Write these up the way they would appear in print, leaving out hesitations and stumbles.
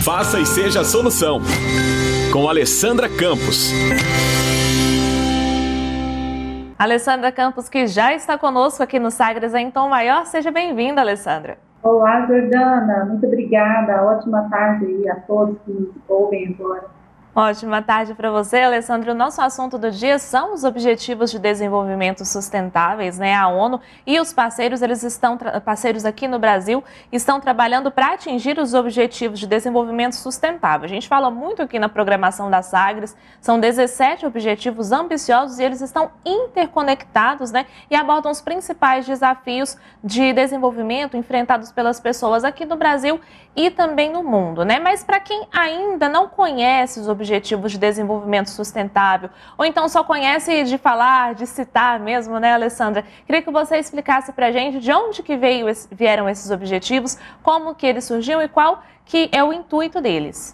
Faça e seja a solução. Com Alessandra Campos. Alessandra Campos, que já está conosco aqui no Sagres em Tom Maior. Seja bem-vinda, Alessandra. Olá, Jordana. Muito obrigada. Ótima tarde aí a todos que nos ouvem agora. Ótima tarde para você, Alessandra. O nosso assunto do dia são os Objetivos de Desenvolvimento Sustentáveis, né? A ONU e os parceiros, parceiros aqui no Brasil, estão trabalhando para atingir os Objetivos de Desenvolvimento Sustentável. A gente fala muito aqui na programação da Sagres, são 17 objetivos ambiciosos e eles estão interconectados, né? E abordam os principais desafios de desenvolvimento enfrentados pelas pessoas aqui no Brasil e também no mundo, né? Mas para quem ainda não conhece os Objetivos de Desenvolvimento Sustentável, ou então só conhece de falar, de citar mesmo, né, Alessandra? Queria que você explicasse para a gente de onde que vieram esses objetivos, como que eles surgiram e qual que é o intuito deles.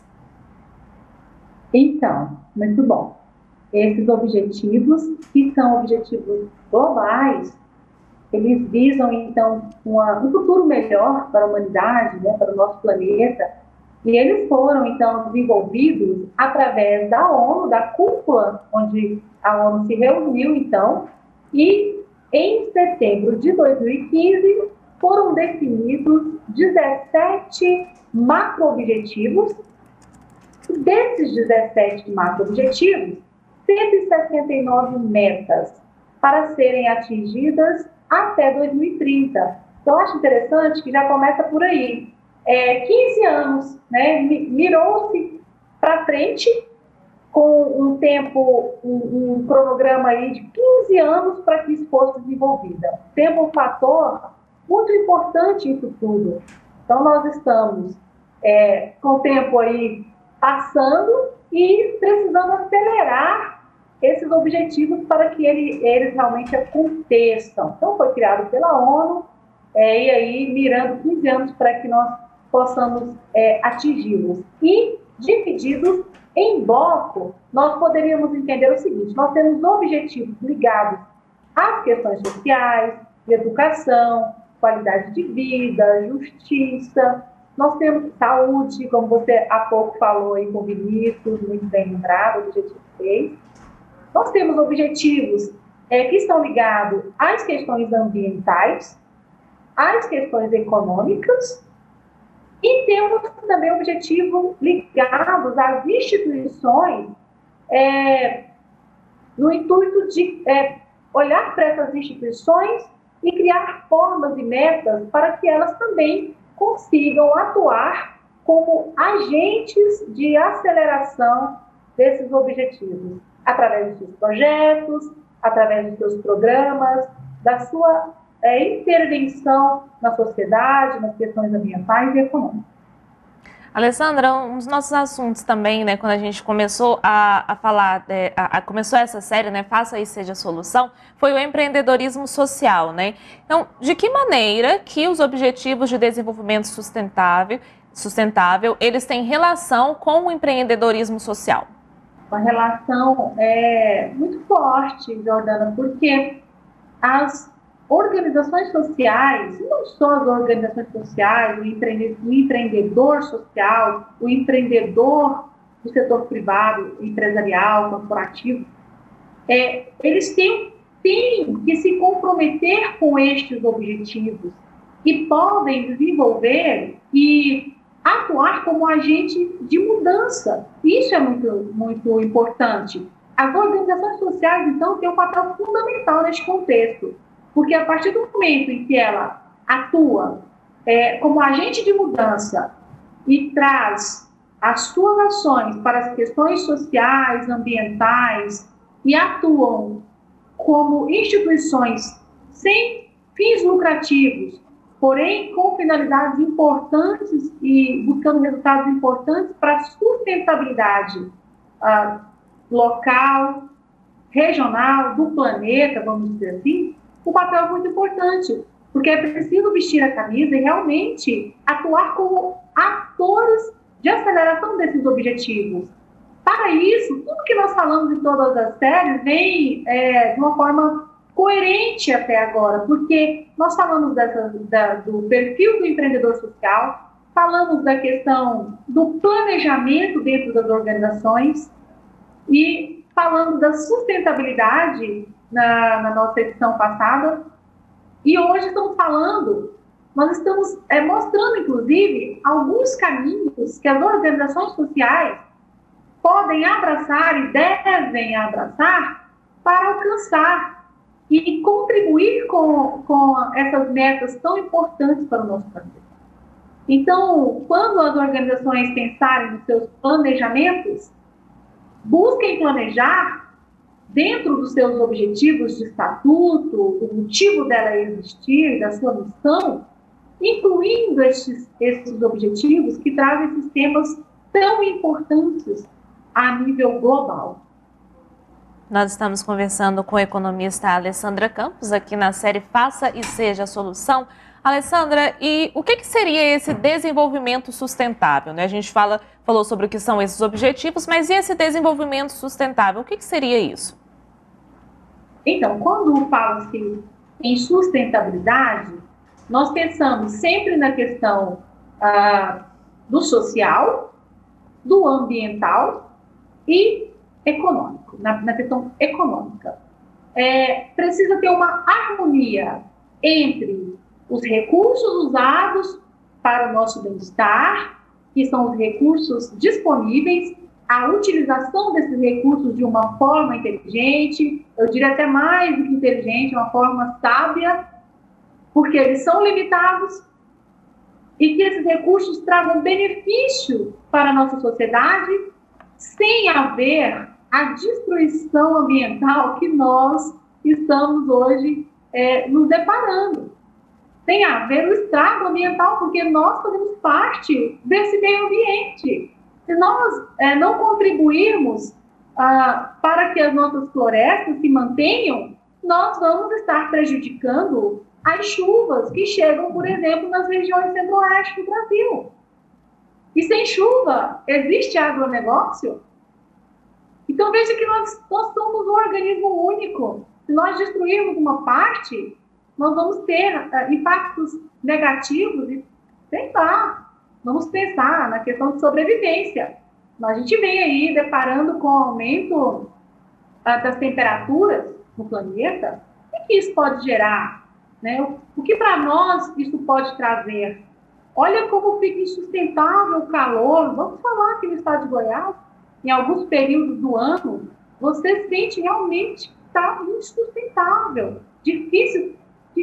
Então, muito bom. Esses objetivos, que são objetivos globais, eles visam, então, um futuro melhor para a humanidade, né, para o nosso planeta. E eles foram, então, desenvolvidos através da ONU, da cúpula, onde a ONU se reuniu, então, e em setembro de 2015 foram definidos 17 macro-objetivos. Desses 17 macro-objetivos, 169 metas para serem atingidas até 2030. Então, eu acho interessante que já começa por aí. 15 anos, né? Mirou-se para frente com um tempo, um cronograma aí de 15 anos para que isso fosse desenvolvido. Tempo é um fator muito importante em tudo. Então, nós estamos com o tempo aí passando e precisando acelerar esses objetivos para que eles realmente aconteçam. Então, foi criado pela ONU, e aí mirando 15 anos para que nós possamos atingi-los. E, divididos em bloco, nós poderíamos entender o seguinte: nós temos objetivos ligados às questões sociais, de educação, qualidade de vida, justiça. Nós temos saúde, como você há pouco falou aí com o Vinícius, muito bem lembrado, objetivo 6. Nós temos objetivos que estão ligados às questões ambientais, às questões econômicas, e temos também objetivos ligados às instituições, no intuito de olhar para essas instituições e criar formas e metas para que elas também consigam atuar como agentes de aceleração desses objetivos, através dos seus projetos, através dos seus programas, da sua intervenção na sociedade, nas questões ambientais e econômicas. Alessandra, um dos nossos assuntos também, né, quando a gente começou a falar, começou essa série, né, Faça e Seja a Solução, foi o empreendedorismo social, né? Então, de que maneira que os Objetivos de Desenvolvimento Sustentável, eles têm relação com o empreendedorismo social? Uma relação muito forte, Jordana, porque as organizações sociais, não só as organizações sociais, o empreendedor social, o empreendedor do setor privado, empresarial, corporativo, eles têm que se comprometer com estes objetivos e podem desenvolver e atuar como agente de mudança. Isso é muito, muito importante. As organizações sociais, então, têm um papel fundamental neste contexto, porque a partir do momento em que ela atua como agente de mudança e traz as suas ações para as questões sociais, ambientais, e atuam como instituições sem fins lucrativos, porém com finalidades importantes e buscando resultados importantes para a sustentabilidade local, regional, do planeta, vamos dizer assim, o papel é muito importante, porque é preciso vestir a camisa e realmente atuar como atores de aceleração desses objetivos. Para isso, tudo que nós falamos em todas as séries vem de uma forma coerente até agora, porque nós falamos do perfil do empreendedor social, falamos da questão do planejamento dentro das organizações e falando da sustentabilidade na nossa edição passada. E hoje nós estamos mostrando, inclusive, alguns caminhos que as organizações sociais podem abraçar e devem abraçar para alcançar e contribuir com essas metas tão importantes para o nosso planeta. Então, quando as organizações pensarem nos seus planejamentos, busquem planejar dentro dos seus objetivos de estatuto, do motivo dela existir, da sua missão, incluindo esses objetivos que trazem esses temas tão importantes a nível global. Nós estamos conversando com a economista Alessandra Campos, aqui na série Faça e Seja a Solução. Alessandra, e o que seria esse desenvolvimento sustentável, né? A gente falou sobre o que são esses objetivos, mas e esse desenvolvimento sustentável? O que seria isso? Então, quando fala-se em sustentabilidade, nós pensamos sempre na questão do social, do ambiental e econômico, na questão econômica. Precisa ter uma harmonia entre os recursos usados para o nosso bem-estar, que são os recursos disponíveis, a utilização desses recursos de uma forma inteligente, eu diria até mais do que inteligente, uma forma sábia, porque eles são limitados e que esses recursos tragam benefício para a nossa sociedade, sem haver a destruição ambiental que nós estamos hoje nos deparando. Tem a ver o estrago ambiental, porque nós fazemos parte desse meio ambiente. Se nós não contribuirmos para que as nossas florestas se mantenham, nós vamos estar prejudicando as chuvas que chegam, por exemplo, nas regiões centro-oeste do Brasil. E sem chuva, existe agronegócio? Então, veja que nós somos um organismo único. Se nós destruirmos uma parte, nós vamos ter impactos negativos e, sei lá, vamos pensar na questão de sobrevivência. A gente vem aí deparando com o aumento das temperaturas no planeta. O que isso pode gerar? Né? O que para nós isso pode trazer? Olha como fica insustentável o calor. Vamos falar aqui no estado de Goiás, em alguns períodos do ano, você sente realmente que está insustentável, difícil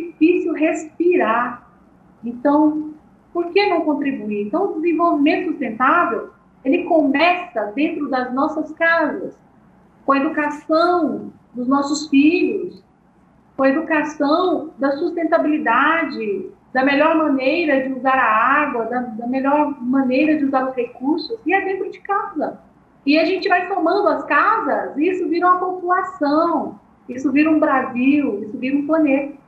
respirar. Então, por que não contribuir? Então, o desenvolvimento sustentável, ele começa dentro das nossas casas, com a educação dos nossos filhos, com a educação da sustentabilidade, da melhor maneira de usar a água, da melhor maneira de usar os recursos, e é dentro de casa. E a gente vai somando as casas, e isso vira uma população, isso vira um Brasil, isso vira um planeta.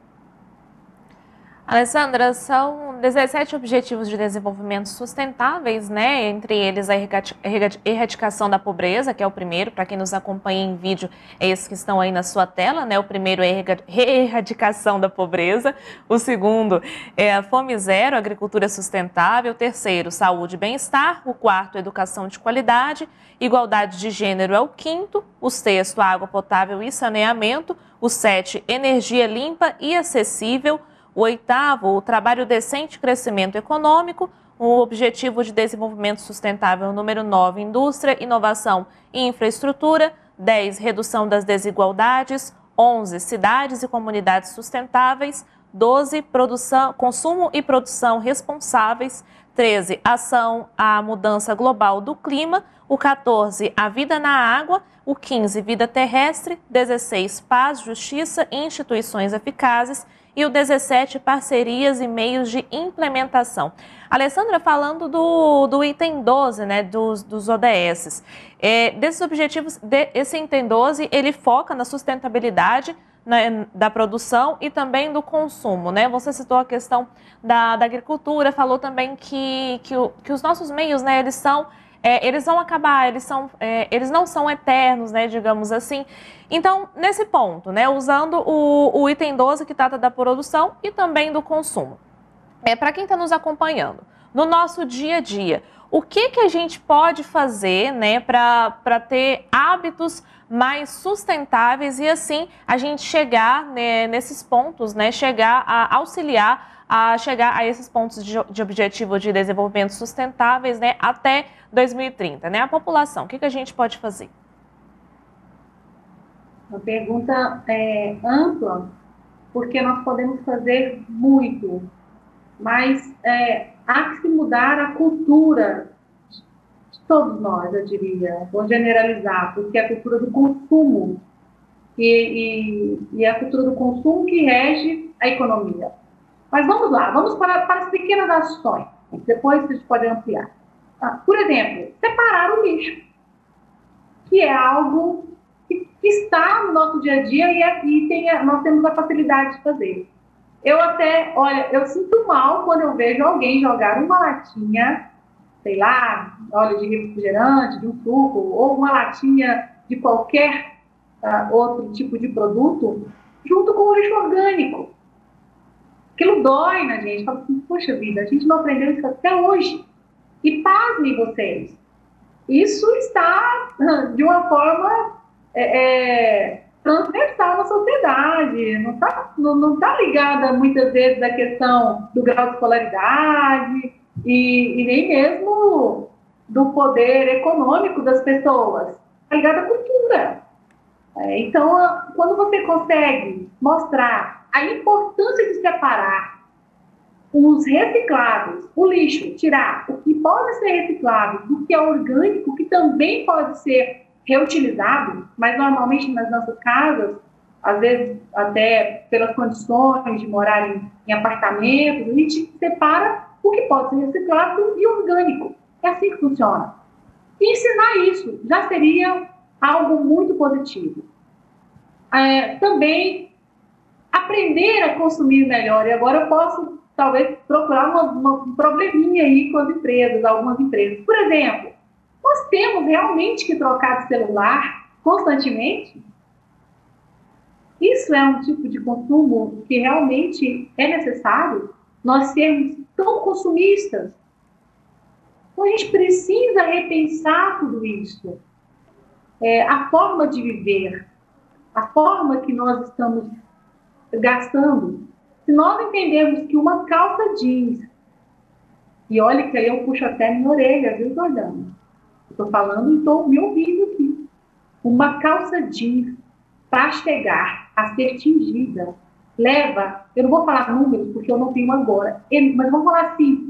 Alessandra, são 17 objetivos de desenvolvimento sustentáveis, né? Entre eles a erradicação da pobreza, que é o primeiro, para quem nos acompanha em vídeo, é esses que estão aí na sua tela, né? O primeiro é a erradicação da pobreza, o segundo é a fome zero, agricultura sustentável, o terceiro, saúde e bem-estar, o quarto, educação de qualidade, igualdade de gênero é o quinto, o sexto, água potável e saneamento, o 7, energia limpa e acessível, o oitavo, o trabalho decente e crescimento econômico. O objetivo de desenvolvimento sustentável número 9, indústria, inovação e infraestrutura. 10, redução das desigualdades. 11, cidades e comunidades sustentáveis. 12, consumo e produção responsáveis. 13, ação à mudança global do clima. O 14, a vida na água. O 15, vida terrestre. 16, paz, justiça e instituições eficazes. E o 17, parcerias e meios de implementação. Alessandra, falando do item 12, né, dos ODS, desses objetivos, esse item 12, ele foca na sustentabilidade, né, da produção e também do consumo, né? Você citou a questão da agricultura, falou também que os nossos meios, né, eles vão acabar, eles não são eternos, né, digamos assim. Então, nesse ponto, né, usando o item 12 que trata da produção e também do consumo. Para quem está nos acompanhando, no nosso dia a dia. O que a gente pode fazer, né, para ter hábitos mais sustentáveis e assim a gente chegar, né, nesses pontos, né, chegar a auxiliar a chegar a esses pontos de objetivo de desenvolvimento sustentáveis, né, até 2030, né? A população, o que a gente pode fazer? Uma pergunta ampla, porque nós podemos fazer muito, mas há que se mudar a cultura de todos nós, eu diria, vou generalizar, porque é a cultura do consumo e é a cultura do consumo que rege a economia. Mas vamos lá, vamos para as pequenas ações, depois a gente pode ampliar. Por exemplo, separar o lixo, que é algo que está no nosso dia a dia e nós temos a facilidade de fazer. Eu sinto mal quando eu vejo alguém jogar uma latinha, sei lá, óleo de refrigerante, de um suco, ou uma latinha de qualquer outro tipo de produto, junto com o lixo orgânico. Aquilo dói na gente, fala assim, poxa vida, a gente não aprendeu isso até hoje. E pasmem vocês, isso está de uma forma transversal na sociedade, não tá ligada muitas vezes à questão do grau de escolaridade e nem mesmo do poder econômico das pessoas, está ligada à cultura. Então, quando você consegue mostrar a importância de separar os recicláveis, o lixo, tirar o que pode ser reciclável, o que é orgânico, o que também pode ser reutilizado, mas normalmente nas nossas casas, às vezes até pelas condições de morar em apartamentos, a gente separa o que pode ser reciclável e orgânico. É assim que funciona. E ensinar isso já seria algo muito positivo. Também aprender a consumir melhor. E agora eu posso, talvez, procurar um probleminha aí com as empresas, algumas empresas. Por exemplo, nós temos realmente que trocar de celular constantemente? Isso é um tipo de consumo que realmente é necessário? Nós sermos tão consumistas? Então, a gente precisa repensar tudo isso. A forma de viver, a forma que nós estamos gastando. Se nós entendermos que uma calça jeans, e olha que aí eu puxo até minha orelha, viu, Jordana? Estou falando e estou me ouvindo aqui. Uma calça jeans, para chegar a ser tingida, leva, eu não vou falar números porque eu não tenho agora, mas vamos falar assim,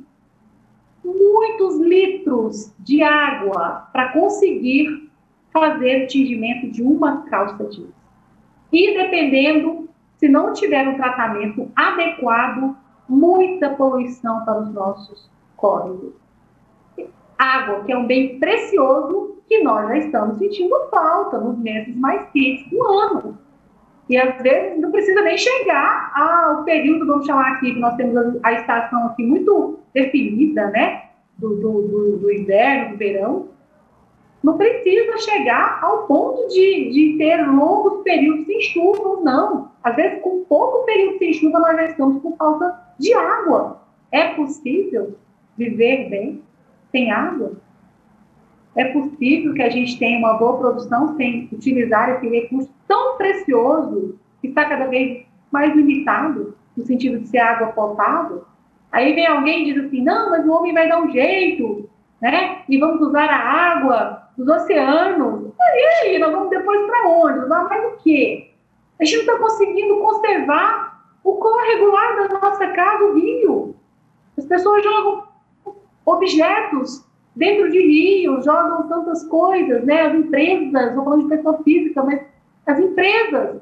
muitos litros de água para conseguir fazer o tingimento de uma calça jeans. E dependendo, se não tiver um tratamento adequado, muita poluição para os nossos córregos. Água, que é um bem precioso, que nós já estamos sentindo falta nos meses mais quentes do ano. E às vezes não precisa nem chegar ao período, vamos chamar aqui, que nós temos a estação aqui muito definida, né? Do inverno, do verão. Não precisa chegar ao ponto de ter longos períodos sem chuva, não. Às vezes, com pouco período sem chuva, nós já estamos com falta de água. É possível viver bem sem água? É possível que a gente tenha uma boa produção sem utilizar esse recurso tão precioso, que está cada vez mais limitado, no sentido de ser água potável? Aí vem alguém e diz assim, não, mas o homem vai dar um jeito, né? E vamos usar a água dos oceanos. E aí, nós vamos depois para onde? Usar mais o quê? A gente não está conseguindo conservar o córrego lá da nossa casa, o rio. As pessoas jogam objetos dentro de rios, jogam tantas coisas, né? As empresas, vou falando de pessoa física, mas as empresas,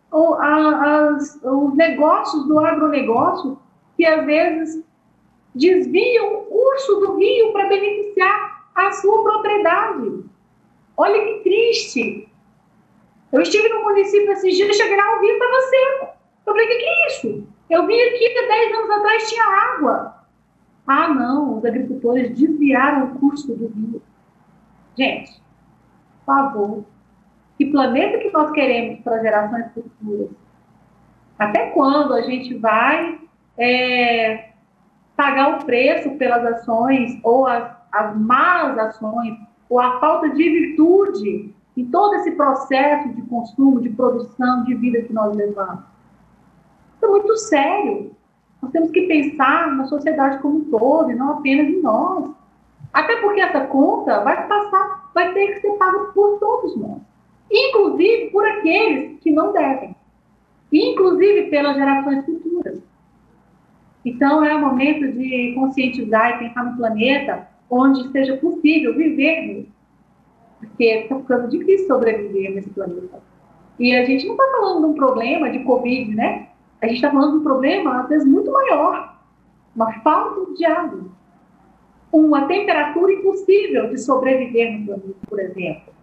os negócios do agronegócio, que às vezes desviam o curso do rio para beneficiar a sua propriedade. Olha que triste. Eu estive no município esses dias, cheguei lá, o rio estava seco. Eu falei, o que é isso? Eu vim aqui há 10 anos atrás, tinha água. Ah, não, os agricultores desviaram o curso do rio. Gente, por favor, que planeta que nós queremos para gerações futuras? Até quando a gente vai estar pagar o preço pelas ações ou as más ações ou a falta de virtude em todo esse processo de consumo, de produção, de vida que nós levamos. Isso é muito sério. Nós temos que pensar na sociedade como um todo e não apenas em nós. Até porque essa conta vai ter que ser paga por todos nós. Inclusive por aqueles que não devem. Inclusive pelas gerações futuras. Então é o momento de conscientizar e pensar no planeta onde seja possível viver, porque está ficando difícil sobreviver nesse planeta. E a gente não está falando de um problema de Covid, né? A gente está falando de um problema, às vezes, muito maior. Uma falta de água. Uma temperatura impossível de sobreviver no planeta, por exemplo.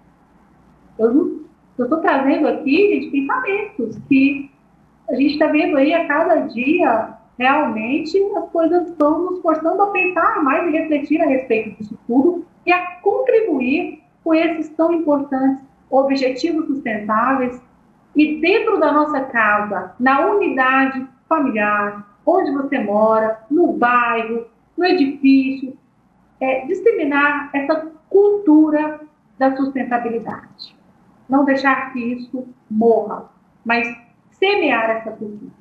Eu estou trazendo aqui, gente, pensamentos que a gente está vendo aí a cada dia, realmente, as coisas estão nos forçando a pensar mais e refletir a respeito disso tudo e a contribuir com esses tão importantes objetivos sustentáveis e dentro da nossa casa, na unidade familiar, onde você mora, no bairro, no edifício, disseminar essa cultura da sustentabilidade. Não deixar que isso morra, mas semear essa cultura.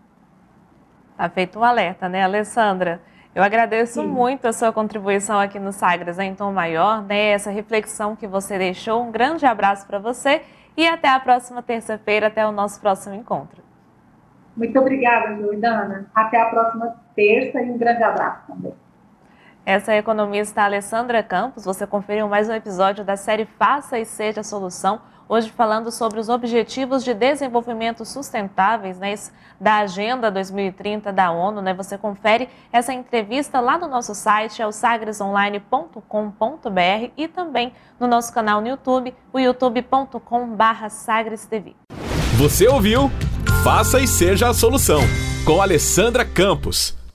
Tá feito um alerta, né, Alessandra? Eu agradeço muito a sua contribuição aqui no Sagres em Tom Maior, né? Essa reflexão que você deixou. Um grande abraço para você e até a próxima terça-feira, até o nosso próximo encontro. Muito obrigada, Jordana. Até a próxima terça e um grande abraço também. Essa é a economista Alessandra Campos. Você conferiu mais um episódio da série Faça e Seja a Solução. Hoje falando sobre os Objetivos de Desenvolvimento Sustentáveis, né, da Agenda 2030 da ONU. Né? Você confere essa entrevista lá no nosso site, é o sagresonline.com.br e também no nosso canal no YouTube, o youtube.com/sagrestv. Você ouviu Faça e Seja a Solução, com Alessandra Campos.